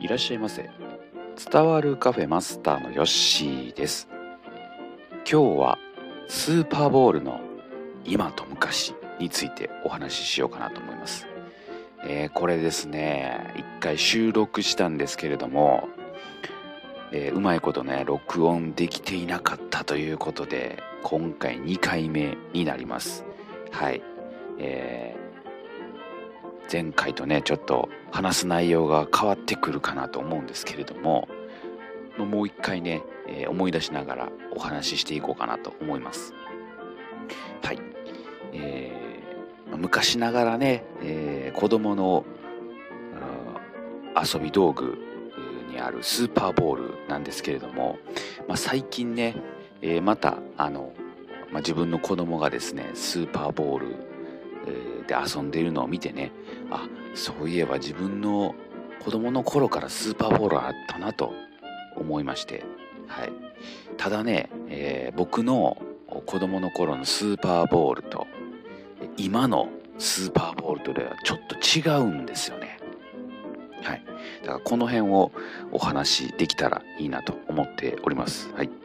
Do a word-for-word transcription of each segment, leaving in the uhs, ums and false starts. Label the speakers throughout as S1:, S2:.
S1: いらっしゃいませ。伝わるカフェマスターのヨッシーです。今日はスーパーボールの今と昔についてお話ししようかなと思います。えー、これですね、一回収録したんですけれども、えーうまいことね、録音できていなかったということで、今回にかいめになります。はい。えー前回とねちょっと話す内容が変わってくるかなと思うんですけれども、もう一回ね、えー思い出しながらお話ししていこうかなと思います。はい。えー昔ながらね、えー子供のあ遊び道具にあるスーパーボールなんですけれども、まあ、最近ね、えーまたあの、まあ、自分の子供がですねスーパーボールえーで遊んでいるのを見てね、あ、そういえば自分の子供の頃からスーパーボールあったなと思いまして、はい。ただね、えー僕の子供の頃のスーパーボールと今のスーパーボールとではちょっと違うんですよね。はい。だからこの辺をお話しできたらいいなと思っております。はい。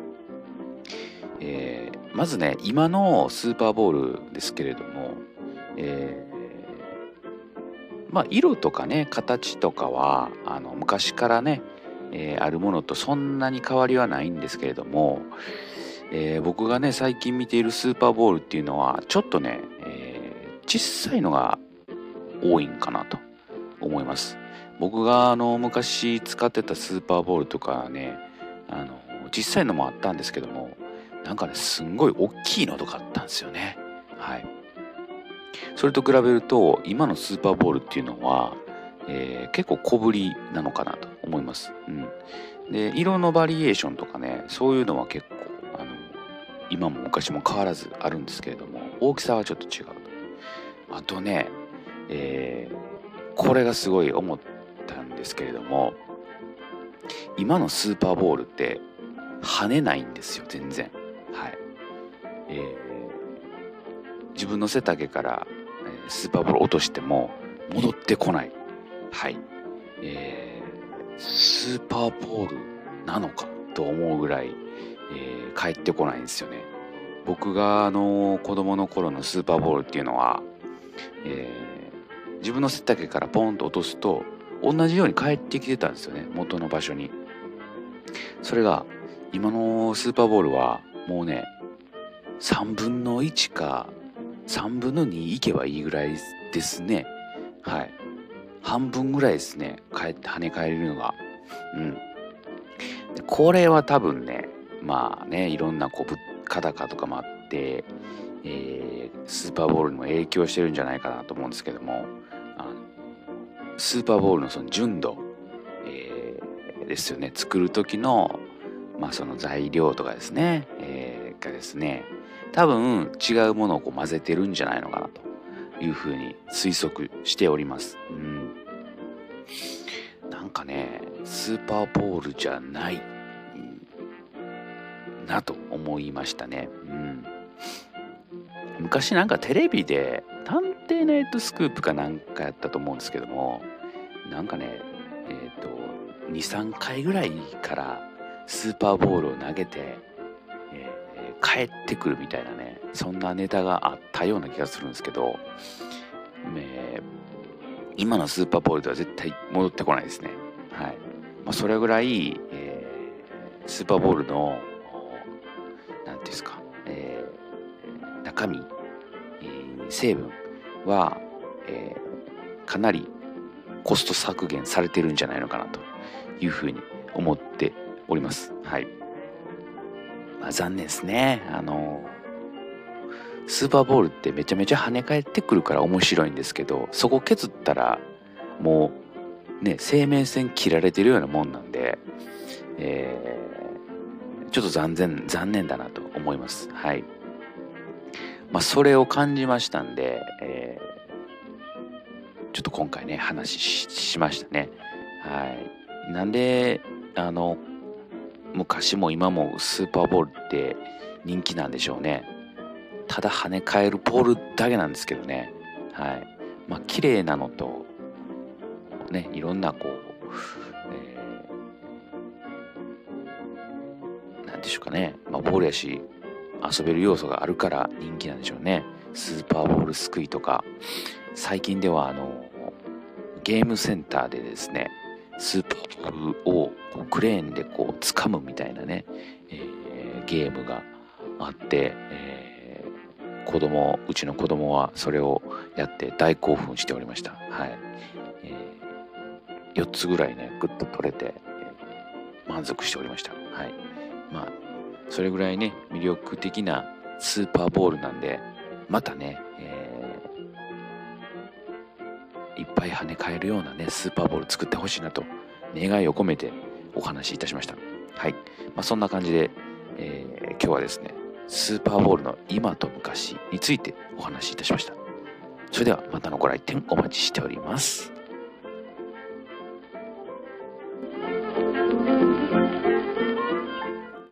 S1: えーまずね、今のスーパーボールですけれども、えーまあ色とかね形とかはあの昔からね、えーあるものとそんなに変わりはないんですけれども、えー僕がね最近見ているスーパーボールっていうのはちょっとね、えー小さいのが多いんかなと思います。僕があの昔使ってたスーパーボールとかね、あの小さいのもあったんですけども、なんかねすんごい大きいのとかあったんですよね。はい。それと比べると今のスーパーボールっていうのは、えー結構小ぶりなのかなと思います。うん。で色のバリエーションとかね、そういうのは結構あの今も昔も変わらずあるんですけれども、大きさはちょっと違うと。あとね、えーこれがすごい思ったんですけれども、今のスーパーボールって跳ねないんですよ全然。はい。えー自分の背丈から、えースーパーボール落としても戻ってこない。はい。えースーパーボールなのかと思うぐらい、えー帰ってこないんですよね。僕があの子供の頃のスーパーボールっていうのは、えー自分の背丈からポンと落とすと同じように帰ってきてたんですよね、元の場所に。それが今のスーパーボールはもうねさんぶんのいちかさんぶんのにいけばいいぐらいですね。はい。半分ぐらいですね。帰って跳ね返れるのが。うん。でこれは多分ね、まあね、いろんなこう物価高とかもあって、えースーパーボールにも影響してるんじゃないかなと思うんですけども、あのスーパーボールのその純度、えーですよね。作る時の、まあその材料とかですね、えーがですね、多分違うものをこう混ぜてるんじゃないのかなというふうに推測しております。うん。なんかね、スーパーボールじゃない、うんなと思いましたね。うん。昔なんかテレビで探偵ナイトスクープかなんかやったと思うんですけども、なんかね、えっ、と、に、さんかいぐらいからスーパーボールを投げて、えー帰ってくるみたいなね、そんなネタがあったような気がするんですけど、えー今のスーパーボールでは絶対戻ってこないですね。はい。まあ、それぐらい、えースーパーボールの、なんていうんですか、えー中身、えー成分は、えーかなりコスト削減されてるんじゃないのかなというふうに思っております。はい。まあ、残念ですね。あのスーパーボールってめちゃめちゃ跳ね返ってくるから面白いんですけど、そこ削ったらもうね、生命線切られてるようなもんなんで、えーちょっと残念、残念だなと思います。はい。まあ、それを感じましたんで、えーちょっと今回ね、話ししましたね。はい。なんで、あの、昔も今もスーパーボールって人気なんでしょうね。ただ跳ね返るボールだけなんですけどね。はい。まあ、綺麗なのと、ね、いろんなこでしょうかね、まあ、ボールやし遊べる要素があるから人気なんでしょうね。スーパーボールすくいとか、最近ではあのゲームセンターでですね、スーパーボールをこうクレーンでこう掴むみたいなね、えーゲームがあって、えー子供うちの子供はそれをやって大興奮しておりました。はい、えーよっつぐらいねグッと取れて、えー満足しておりました。はい、まあそれぐらいね魅力的なスーパーボールなんで、またね、えーいっぱい跳ね返るようなねスーパーボール作ってほしいなと願いを込めてお話しいたしました。はい、まあ、そんな感じで、えー今日はですねスーパーボールの今と昔についてお話しいたしました。それではまたのご来店お待ちしております。